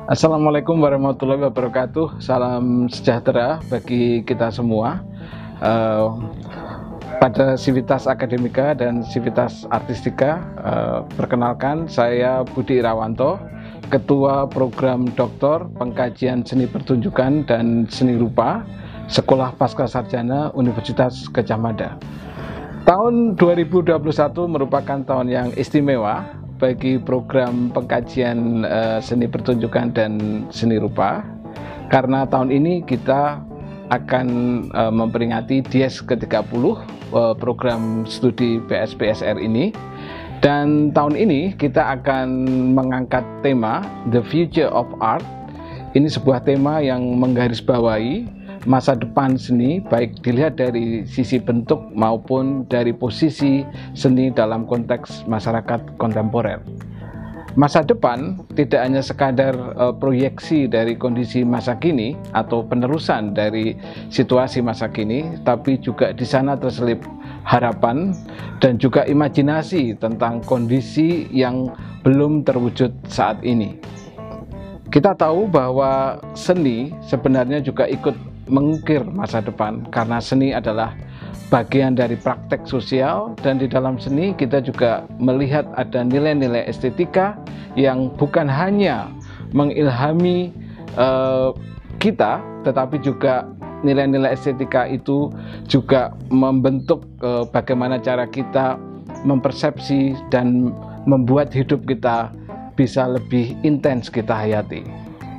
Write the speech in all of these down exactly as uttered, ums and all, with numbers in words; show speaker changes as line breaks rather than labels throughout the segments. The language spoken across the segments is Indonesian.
Assalamualaikum warahmatullahi wabarakatuh. Salam sejahtera bagi kita semua. Uh, pada Civitas Akademika dan Civitas Artistika, uh, perkenalkan saya Budi Irawanto, Ketua Program Doktor Pengkajian Seni Pertunjukan dan Seni Rupa Sekolah Pascasarjana Universitas Gadjah Mada. Tahun dua ribu dua puluh satu merupakan tahun yang istimewa bagi program pengkajian uh, seni pertunjukan dan seni rupa, karena tahun ini kita akan uh, memperingati Dies ke tiga puluh uh, program studi P S P S R ini, dan tahun ini kita akan mengangkat tema The Future of Art. Ini sebuah tema yang menggarisbawahi masa depan seni, baik dilihat dari sisi bentuk maupun dari posisi seni dalam konteks masyarakat kontemporer. Masa depan tidak hanya sekadar uh, proyeksi dari kondisi masa kini atau penerusan dari situasi masa kini, tapi juga di sana terselip harapan dan juga imajinasi tentang kondisi yang belum terwujud saat ini. Kita tahu bahwa seni sebenarnya juga ikut mengukir masa depan, karena seni adalah bagian dari praktek sosial, dan di dalam seni kita juga melihat ada nilai-nilai estetika yang bukan hanya mengilhami uh, kita, tetapi juga nilai-nilai estetika itu juga membentuk uh, bagaimana cara kita mempersepsi dan membuat hidup kita bisa lebih intens kita hayati.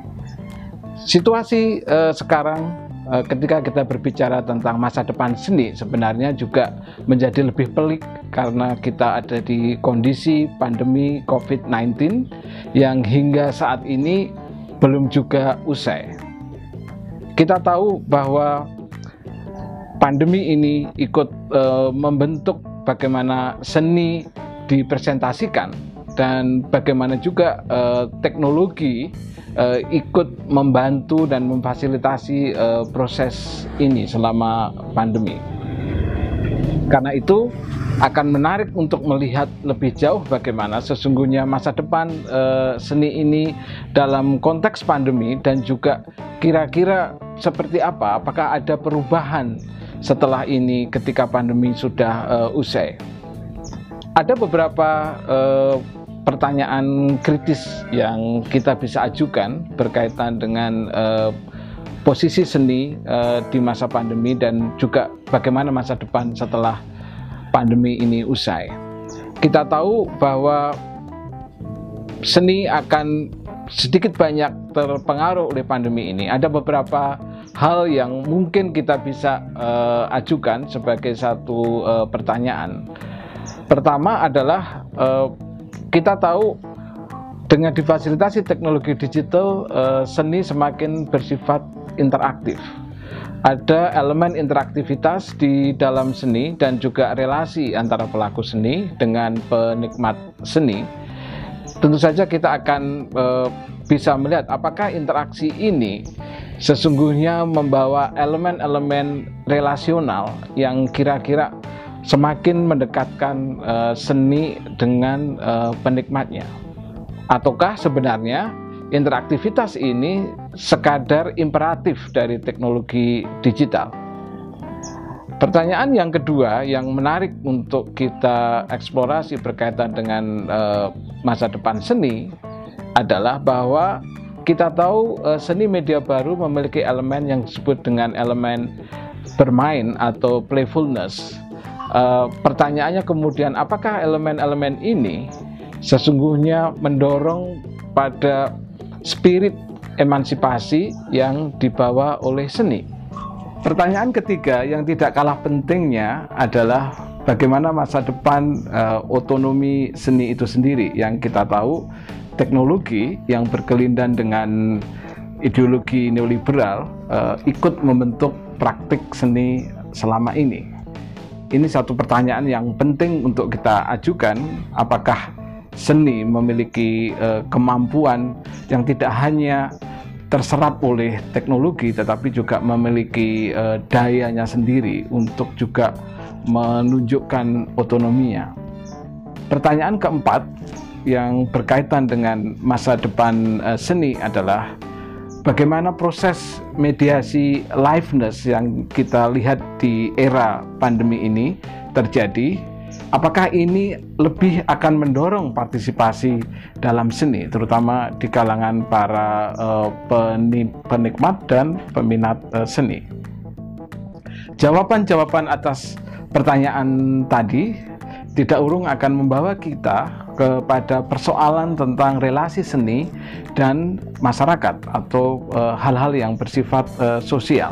Situasi uh, sekarang ketika kita berbicara tentang masa depan seni sebenarnya juga menjadi lebih pelik, karena kita ada di kondisi pandemi COVID sembilan belas yang hingga saat ini belum juga usai. Kita tahu bahwa pandemi ini ikut e, membentuk bagaimana seni dipresentasikan, dan bagaimana juga e, teknologi Uh, ikut membantu dan memfasilitasi uh, proses ini selama pandemi. Karena itu akan menarik untuk melihat lebih jauh bagaimana sesungguhnya masa depan uh, seni ini dalam konteks pandemi, dan juga kira-kira seperti apa, apakah ada perubahan setelah ini ketika pandemi sudah uh, usai. Ada beberapa uh, pertanyaan kritis yang kita bisa ajukan berkaitan dengan uh, posisi seni uh, di masa pandemi, dan juga bagaimana masa depan setelah pandemi ini usai. Kita tahu bahwa seni akan sedikit banyak terpengaruh oleh pandemi ini. Ada beberapa hal yang mungkin kita bisa uh, ajukan sebagai satu uh, pertanyaan. Pertama adalah uh, kita tahu dengan difasilitasi teknologi digital, eh, seni semakin bersifat interaktif. Ada elemen interaktivitas di dalam seni dan juga relasi antara pelaku seni dengan penikmat seni. Tentu saja kita akan eh, bisa melihat apakah interaksi ini sesungguhnya membawa elemen-elemen relasional yang kira-kira semakin mendekatkan uh, seni dengan uh, penikmatnya, ataukah sebenarnya interaktivitas ini sekadar imperatif dari teknologi digital. Pertanyaan yang kedua yang menarik untuk kita eksplorasi berkaitan dengan uh, masa depan seni adalah bahwa kita tahu uh, seni media baru memiliki elemen yang disebut dengan elemen bermain atau playfulness. Uh, pertanyaannya kemudian, apakah elemen-elemen ini sesungguhnya mendorong pada spirit emansipasi yang dibawa oleh seni? Pertanyaan ketiga yang tidak kalah pentingnya adalah bagaimana masa depan uh, otonomi seni itu sendiri, yang kita tahu teknologi yang berkelindan dengan ideologi neoliberal uh, ikut membentuk praktik seni selama ini. Ini satu pertanyaan yang penting untuk kita ajukan, apakah seni memiliki uh, kemampuan yang tidak hanya terserap oleh teknologi, tetapi juga memiliki uh, dayanya sendiri untuk juga menunjukkan otonominya. Pertanyaan keempat yang berkaitan dengan masa depan uh, seni adalah bagaimana proses mediasi liveness yang kita lihat di era pandemi ini terjadi. Apakah ini lebih akan mendorong partisipasi dalam seni, terutama di kalangan para uh, penikmat dan peminat uh, seni? Jawaban-jawaban atas pertanyaan tadi tidak urung akan membawa kita kepada persoalan tentang relasi seni dan masyarakat atau hal-hal uh, yang bersifat uh, sosial.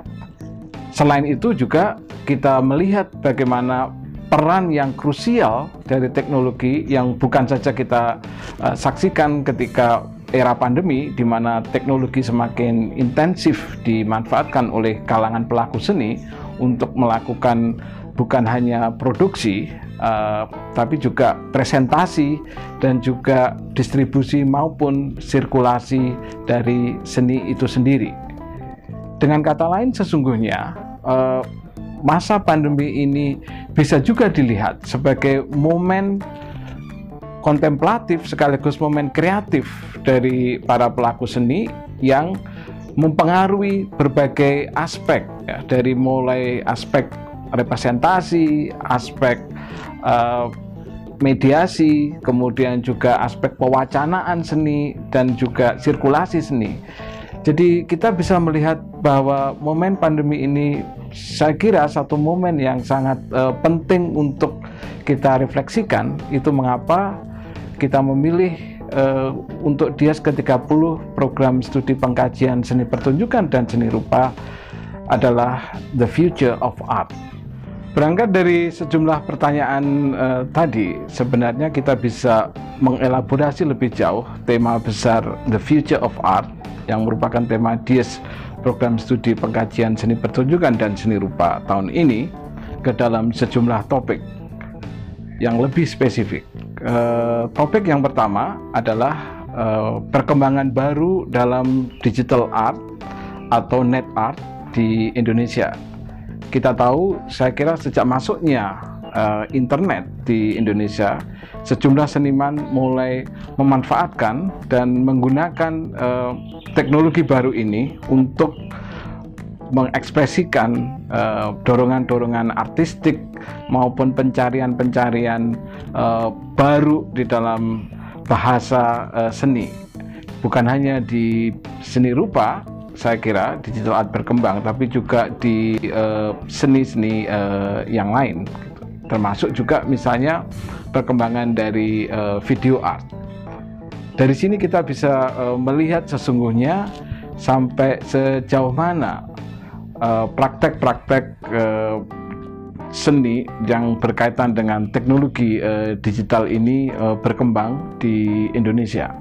Selain itu juga kita melihat bagaimana peran yang krusial dari teknologi yang bukan saja kita uh, saksikan ketika era pandemi, di mana teknologi semakin intensif dimanfaatkan oleh kalangan pelaku seni untuk melakukan bukan hanya produksi, uh, tapi juga presentasi dan juga distribusi maupun sirkulasi dari seni itu sendiri. Dengan kata lain, sesungguhnya uh, masa pandemi ini bisa juga dilihat sebagai momen kontemplatif sekaligus momen kreatif dari para pelaku seni yang mempengaruhi berbagai aspek, ya, dari mulai aspek representasi, aspek uh, mediasi, kemudian juga aspek pewacanaan seni dan juga sirkulasi seni. Jadi kita bisa melihat bahwa momen pandemi ini saya kira satu momen yang sangat uh, penting untuk kita refleksikan. Itu mengapa kita memilih uh, untuk Dias ke tiga puluh program studi pengkajian seni pertunjukan dan seni rupa adalah The Future of Art. Berangkat dari sejumlah pertanyaan uh, tadi, sebenarnya kita bisa mengelaborasi lebih jauh tema besar The Future of Art yang merupakan tema Dias program studi pengkajian seni pertunjukan dan seni rupa tahun ini ke dalam sejumlah topik yang lebih spesifik. Uh, topik yang pertama adalah uh, perkembangan baru dalam digital art atau net art di Indonesia. Kita tahu, saya kira sejak masuknya uh, internet di Indonesia, sejumlah seniman mulai memanfaatkan dan menggunakan uh, teknologi baru ini untuk mengekspresikan dorongan-dorongan uh, artistik maupun pencarian-pencarian uh, baru di dalam bahasa uh, seni. Bukan hanya di seni rupa, saya kira digital art berkembang, tapi juga di seni-seni uh, uh, yang lain, termasuk juga misalnya perkembangan dari uh, video art. Dari sini kita bisa uh, melihat sesungguhnya sampai sejauh mana praktek-praktek uh, uh, seni yang berkaitan dengan teknologi uh, digital ini uh, berkembang di Indonesia.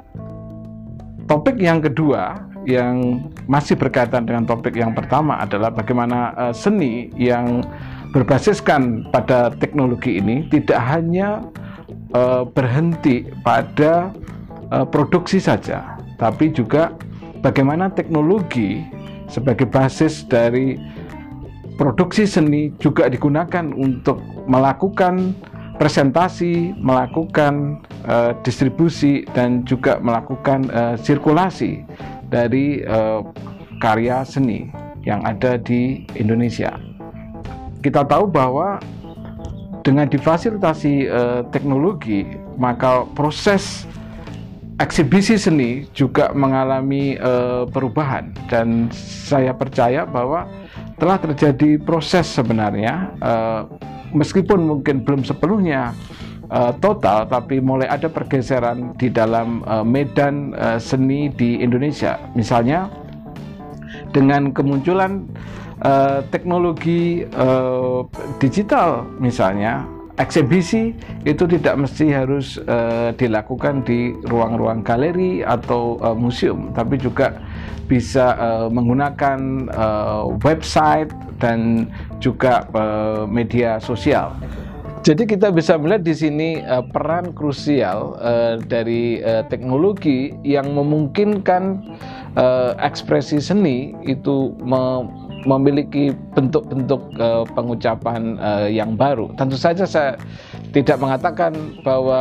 Topik yang kedua yang masih berkaitan dengan topik yang pertama adalah bagaimana uh, seni yang berbasiskan pada teknologi ini tidak hanya uh, berhenti pada uh, produksi saja, tapi juga bagaimana teknologi sebagai basis dari produksi seni juga digunakan untuk melakukan presentasi, melakukan uh, distribusi dan juga melakukan uh, sirkulasi dari uh, karya seni yang ada di Indonesia. Kita tahu bahwa dengan difasilitasi uh, teknologi, maka proses eksibisi seni juga mengalami uh, perubahan, dan saya percaya bahwa telah terjadi proses sebenarnya, uh, meskipun mungkin belum sepenuhnya uh, total, tapi mulai ada pergeseran di dalam uh, medan uh, seni di Indonesia. Misalnya dengan kemunculan uh, teknologi uh, digital, misalnya eksibisi itu tidak mesti harus uh, dilakukan di ruang-ruang galeri atau uh, museum, tapi juga bisa uh, menggunakan uh, website dan juga uh, media sosial. Jadi kita bisa melihat di sini uh, peran krusial uh, dari uh, teknologi yang memungkinkan uh, ekspresi seni itu me memiliki bentuk-bentuk uh, pengucapan uh, yang baru. Tentu saja saya tidak mengatakan bahwa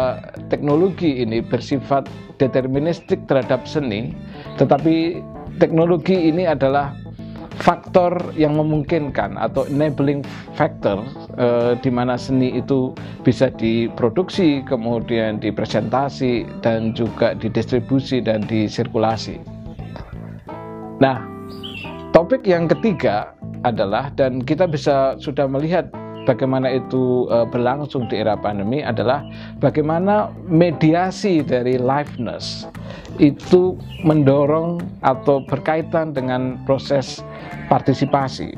teknologi ini bersifat deterministik terhadap seni, tetapi teknologi ini adalah faktor yang memungkinkan atau enabling factor eh, di mana seni itu bisa diproduksi, kemudian dipresentasi, dan juga didistribusi dan disirkulasi. Nah, topik yang ketiga adalah, dan kita bisa sudah melihat bagaimana itu uh, berlangsung di era pandemi, adalah bagaimana mediasi dari liveness itu mendorong atau berkaitan dengan proses partisipasi.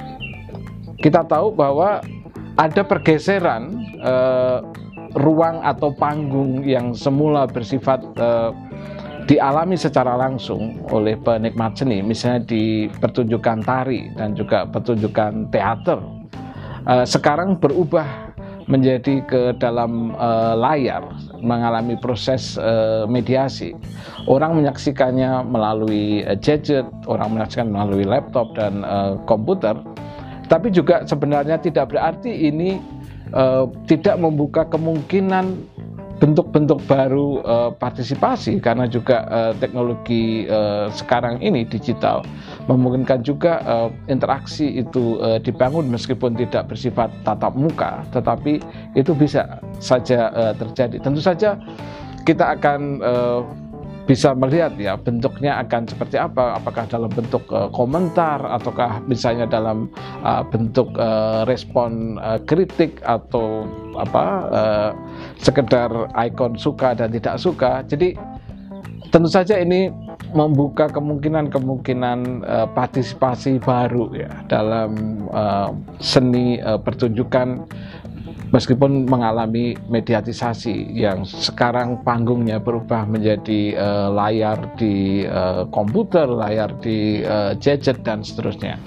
Kita tahu bahwa ada pergeseran uh, ruang atau panggung yang semula bersifat uh, dialami secara langsung oleh penikmat seni, misalnya di pertunjukan tari dan juga pertunjukan teater, uh, sekarang berubah menjadi ke dalam uh, layar, mengalami proses uh, mediasi. Orang menyaksikannya melalui uh, gadget, orang menyaksikan melalui laptop dan uh, komputer, tapi juga sebenarnya tidak berarti ini uh, tidak membuka kemungkinan bentuk-bentuk baru uh, partisipasi, karena juga uh, teknologi uh, sekarang ini digital memungkinkan juga uh, interaksi itu uh, dibangun meskipun tidak bersifat tatap muka, tetapi itu bisa saja uh, terjadi. Tentu saja kita akan uh, bisa melihat ya bentuknya akan seperti apa, apakah dalam bentuk uh, komentar ataukah misalnya dalam uh, bentuk uh, respon uh, kritik atau apa uh, sekedar ikon suka dan tidak suka. Jadi tentu saja ini membuka kemungkinan-kemungkinan uh, partisipasi baru ya dalam uh, seni uh, pertunjukan, meskipun mengalami mediatisasi yang sekarang panggungnya berubah menjadi uh, layar di uh, komputer, layar di uh, gadget, dan seterusnya.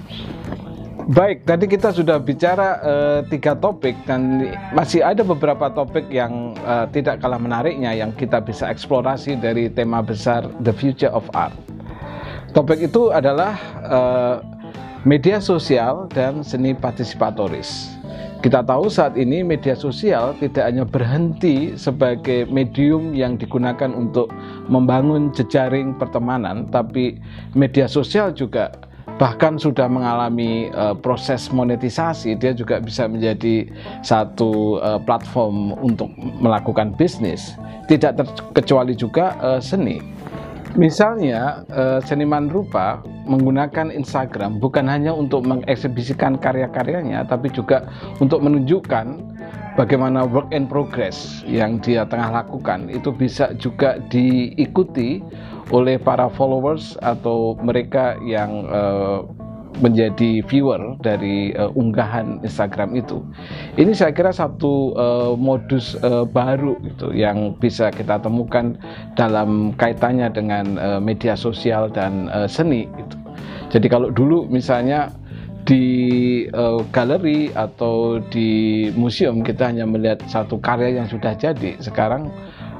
Baik, tadi kita sudah bicara uh, tiga topik, dan masih ada beberapa topik yang uh, tidak kalah menariknya yang kita bisa eksplorasi dari tema besar The Future of Art. Topik itu adalah uh, media sosial dan seni partisipatoris. Kita tahu saat ini media sosial tidak hanya berhenti sebagai medium yang digunakan untuk membangun jejaring pertemanan, tapi media sosial juga bahkan sudah mengalami uh, proses monetisasi. Dia juga bisa menjadi satu uh, platform untuk melakukan bisnis, tidak terkecuali juga uh, seni. Misalnya uh, seniman rupa menggunakan Instagram bukan hanya untuk mengeksibisikan karya-karyanya, tapi juga untuk menunjukkan bagaimana work in progress yang dia tengah lakukan itu bisa juga diikuti oleh para followers atau mereka yang uh, menjadi viewer dari uh, unggahan Instagram itu. Ini saya kira satu uh, modus uh, baru gitu yang bisa kita temukan dalam kaitannya dengan uh, media sosial dan uh, seni gitu. Jadi kalau dulu misalnya di uh, galeri atau di museum kita hanya melihat satu karya yang sudah jadi, sekarang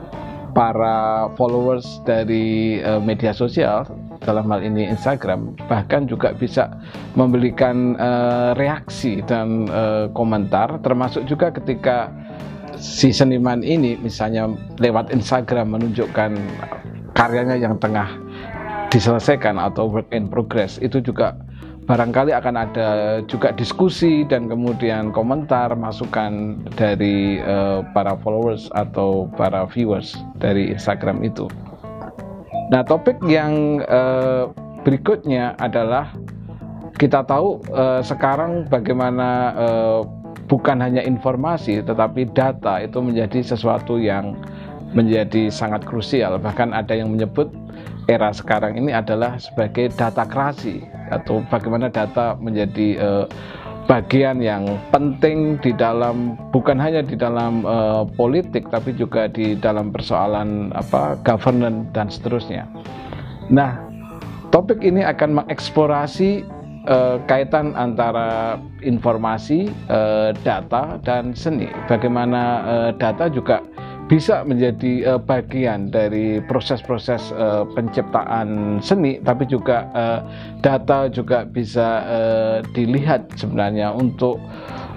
para followers dari uh, media sosial, dalam hal ini Instagram, bahkan juga bisa memberikan uh, reaksi dan uh, komentar, termasuk juga ketika si seniman ini misalnya lewat Instagram menunjukkan karyanya yang tengah diselesaikan atau work in progress, itu juga barangkali akan ada juga diskusi dan kemudian komentar, masukan dari uh, para followers atau para viewers dari Instagram itu. Nah, topik yang uh, berikutnya adalah kita tahu uh, sekarang bagaimana uh, bukan hanya informasi tetapi data itu menjadi sesuatu yang menjadi sangat krusial. Bahkan ada yang menyebut era sekarang ini adalah sebagai datakrasi, atau bagaimana data menjadi uh, bagian yang penting di dalam, bukan hanya di dalam uh, politik tapi juga di dalam persoalan apa governance dan seterusnya. Nah, topik ini akan mengeksplorasi uh, kaitan antara informasi, uh, data, dan seni. Bagaimana uh, data juga bisa menjadi uh, bagian dari proses-proses uh, penciptaan seni, tapi juga uh, data juga bisa uh, dilihat sebenarnya untuk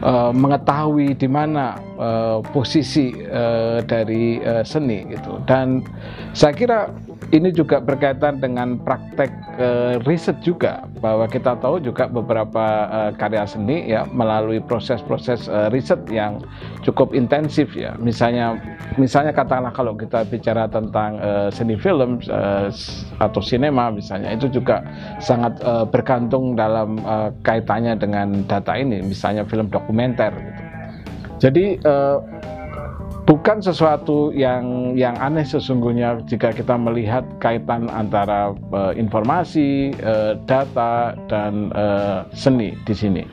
uh, mengetahui di mana uh, posisi uh, dari uh, seni gitu. Dan saya kira ini juga berkaitan dengan praktek uh, riset juga, bahwa kita tahu juga beberapa uh, karya seni ya melalui proses-proses uh, riset yang cukup intensif ya. Misalnya misalnya katakanlah kalau kita bicara tentang uh, seni film uh, atau sinema misalnya, itu juga sangat uh, bergantung dalam uh, kaitannya dengan data ini, misalnya film dokumenter gitu. Jadi uh, bukan sesuatu yang yang aneh sesungguhnya jika kita melihat kaitan antara uh, informasi, uh, data, dan uh, seni di sini.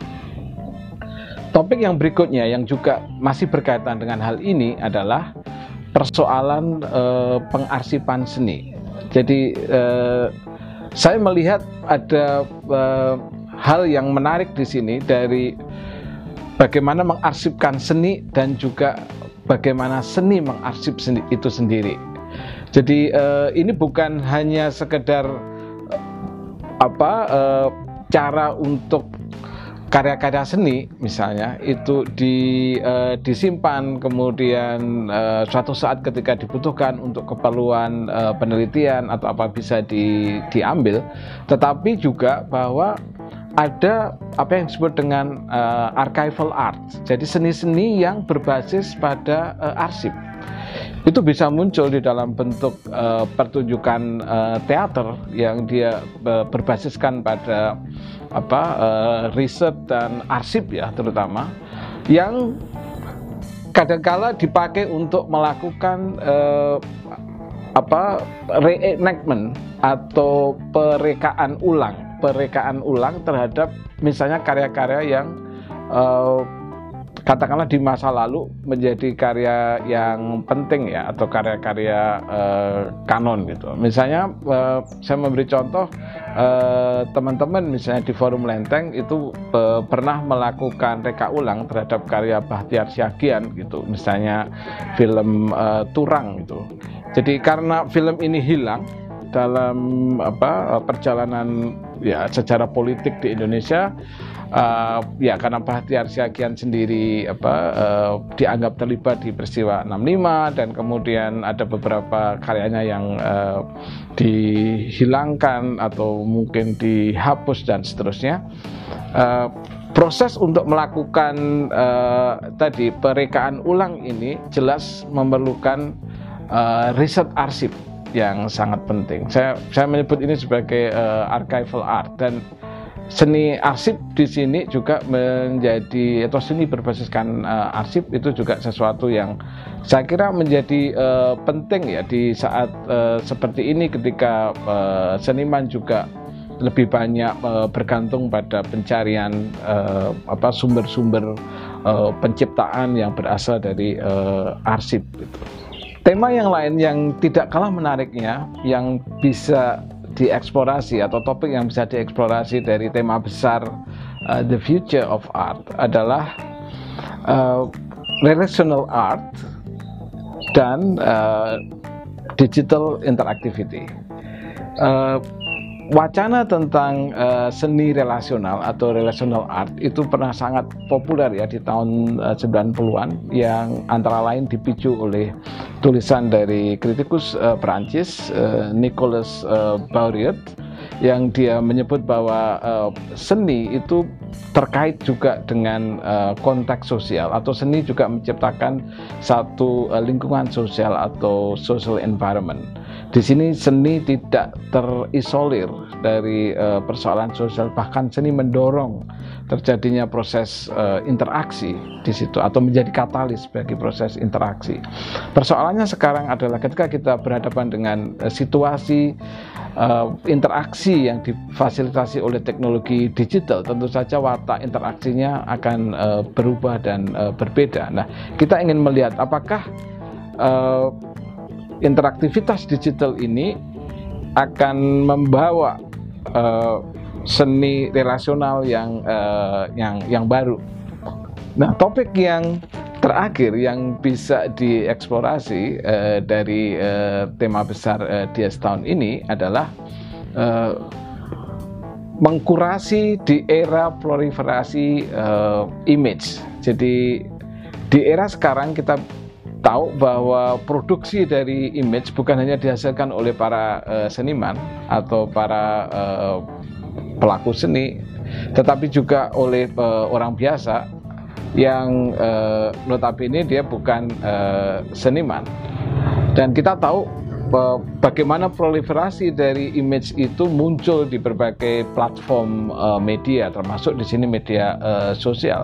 Topik yang berikutnya yang juga masih berkaitan dengan hal ini adalah persoalan uh, pengarsipan seni. Jadi uh, saya melihat ada uh, hal yang menarik di sini dari bagaimana mengarsipkan seni dan juga bagaimana seni mengarsip seni itu sendiri. Jadi uh, ini bukan hanya sekedar uh, apa uh, cara untuk karya-karya seni misalnya itu di, uh, disimpan kemudian uh, suatu saat ketika dibutuhkan untuk keperluan uh, penelitian atau apa bisa di, diambil, tetapi juga bahwa ada apa yang disebut dengan uh, archival art. Jadi seni-seni yang berbasis pada uh, arsip. Itu bisa muncul di dalam bentuk uh, pertunjukan uh, teater yang dia uh, berbasiskan pada apa uh, riset dan arsip ya, terutama yang kadangkala dipakai untuk melakukan uh, apa reenactment atau perekaan ulang perekaan ulang terhadap misalnya karya-karya yang uh, katakanlah di masa lalu menjadi karya yang penting ya, atau karya-karya uh, kanon gitu. Misalnya uh, saya memberi contoh teman-teman uh, misalnya di Forum Lenteng itu uh, pernah melakukan reka ulang terhadap karya Bahtiar Syagian gitu, misalnya film uh, Turang gitu. Jadi karena film ini hilang dalam apa perjalanan ya secara politik di Indonesia, uh, ya karena Bahtiar Syagian sendiri apa uh, dianggap terlibat di peristiwa enam puluh lima, dan kemudian ada beberapa karyanya yang uh, dihilangkan atau mungkin dihapus dan seterusnya. Uh, proses untuk melakukan uh, tadi perekaan ulang ini jelas memerlukan uh, riset arsip yang sangat penting. Saya saya menyebut ini sebagai uh, archival art, dan seni arsip di sini juga menjadi, atau seni berbasiskan uh, arsip itu juga sesuatu yang saya kira menjadi uh, penting ya di saat uh, seperti ini, ketika uh, seniman juga lebih banyak uh, bergantung pada pencarian uh, apa sumber-sumber uh, penciptaan yang berasal dari uh, arsip gitu. Tema yang lain yang tidak kalah menariknya yang bisa dieksplorasi, atau topik yang bisa dieksplorasi dari tema besar uh, The Future of Art adalah uh, relational art dan uh, digital interactivity. Uh, Wacana tentang uh, seni relasional atau relational art itu pernah sangat populer ya di tahun uh, sembilan puluhan, yang antara lain dipicu oleh tulisan dari kritikus uh, Perancis uh, Nicolas uh, Bourriot, yang dia menyebut bahwa uh, seni itu terkait juga dengan uh, konteks sosial, atau seni juga menciptakan satu uh, lingkungan sosial atau social environment. Di sini seni tidak terisolir dari uh, persoalan sosial, bahkan seni mendorong terjadinya proses uh, interaksi di situ, atau menjadi katalis bagi proses interaksi. Persoalannya sekarang adalah ketika kita berhadapan dengan uh, situasi uh, interaksi yang difasilitasi oleh teknologi digital, tentu saja watak interaksinya akan uh, berubah dan uh, berbeda. Nah, kita ingin melihat apakah uh, interaktivitas digital ini akan membawa uh, seni relasional yang uh, yang yang baru. Nah, topik yang terakhir yang bisa dieksplorasi uh, dari uh, tema besar uh, Dies tahun ini adalah uh, mengkurasi di era proliferasi uh, image. Jadi di era sekarang kita tahu bahwa produksi dari image bukan hanya dihasilkan oleh para uh, seniman atau para uh, pelaku seni, tetapi juga oleh uh, orang biasa yang uh, notabene dia bukan uh, seniman. Dan kita tahu uh, bagaimana proliferasi dari image itu muncul di berbagai platform uh, media, termasuk di sini media uh, sosial.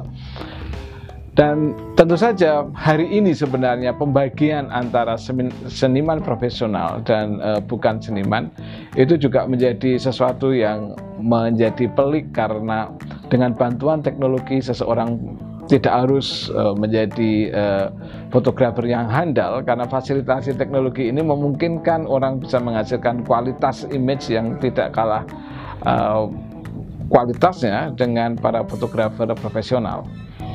Dan tentu saja hari ini sebenarnya pembagian antara seniman profesional dan uh, bukan seniman itu juga menjadi sesuatu yang menjadi pelik, karena dengan bantuan teknologi seseorang tidak harus uh, menjadi uh, fotografer yang handal, karena fasilitasi teknologi ini memungkinkan orang bisa menghasilkan kualitas image yang tidak kalah uh, kualitasnya dengan para fotografer profesional.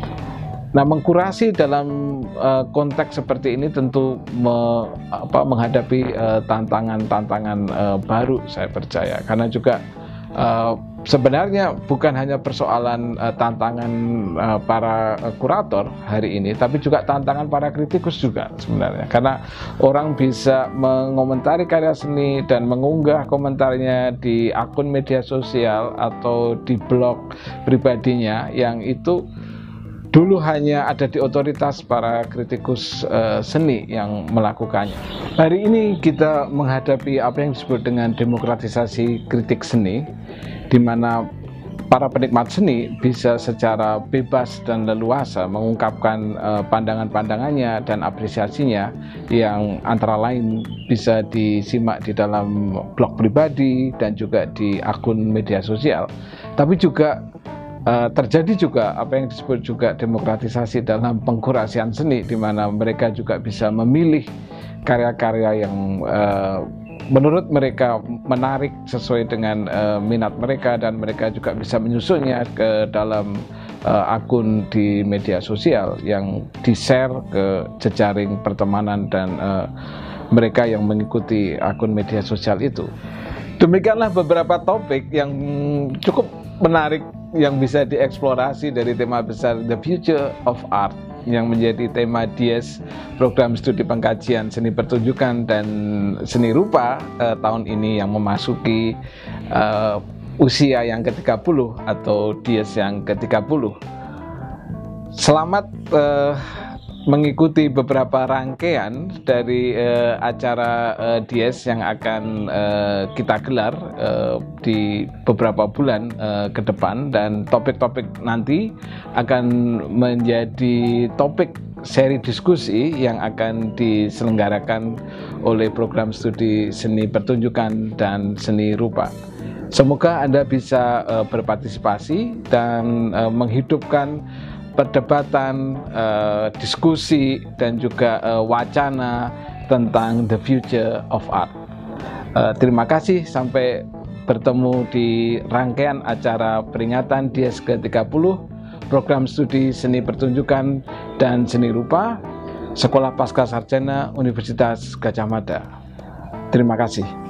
Nah, mengkurasi dalam uh, konteks seperti ini tentu me, apa, menghadapi tantangan-tantangan uh, uh, baru, saya percaya, karena juga uh, sebenarnya bukan hanya persoalan uh, tantangan uh, para uh, kurator hari ini, tapi juga tantangan para kritikus juga sebenarnya, karena orang bisa mengomentari karya seni dan mengunggah komentarnya di akun media sosial atau di blog pribadinya yang itu dulu hanya ada di otoritas para kritikus uh, seni yang melakukannya. Hari ini kita menghadapi apa yang disebut dengan demokratisasi kritik seni, di mana para penikmat seni bisa secara bebas dan leluasa mengungkapkan uh, pandangan-pandangannya dan apresiasinya, yang antara lain bisa disimak di dalam blog pribadi dan juga di akun media sosial. Tapi juga Uh, terjadi juga apa yang disebut juga demokratisasi dalam pengkurasian seni, di mana mereka juga bisa memilih karya-karya yang uh, menurut mereka menarik sesuai dengan uh, minat mereka, dan mereka juga bisa menyusunnya ke dalam uh, akun di media sosial yang di-share ke jejaring pertemanan dan uh, mereka yang mengikuti akun media sosial itu. Demikianlah beberapa topik yang cukup menarik yang bisa dieksplorasi dari tema besar The Future of Art, yang menjadi tema D I E S, program studi pengkajian seni pertunjukan dan seni rupa eh, tahun ini, yang memasuki eh, usia yang ke tiga puluh atau D I E S yang ke tiga puluh. Selamat eh, mengikuti beberapa rangkaian dari uh, acara uh, D I E S yang akan uh, kita gelar uh, di beberapa bulan uh, ke depan, dan topik-topik nanti akan menjadi topik seri diskusi yang akan diselenggarakan oleh program studi seni pertunjukan dan seni rupa. Semoga Anda bisa uh, berpartisipasi dan uh, menghidupkan perdebatan, uh, diskusi, dan juga uh, wacana tentang the future of art. Uh, terima kasih, sampai bertemu di rangkaian acara peringatan D I E S ke tiga puluh program studi seni pertunjukan dan seni rupa Sekolah Pasca Sarjana Universitas Gadjah Mada. Terima kasih.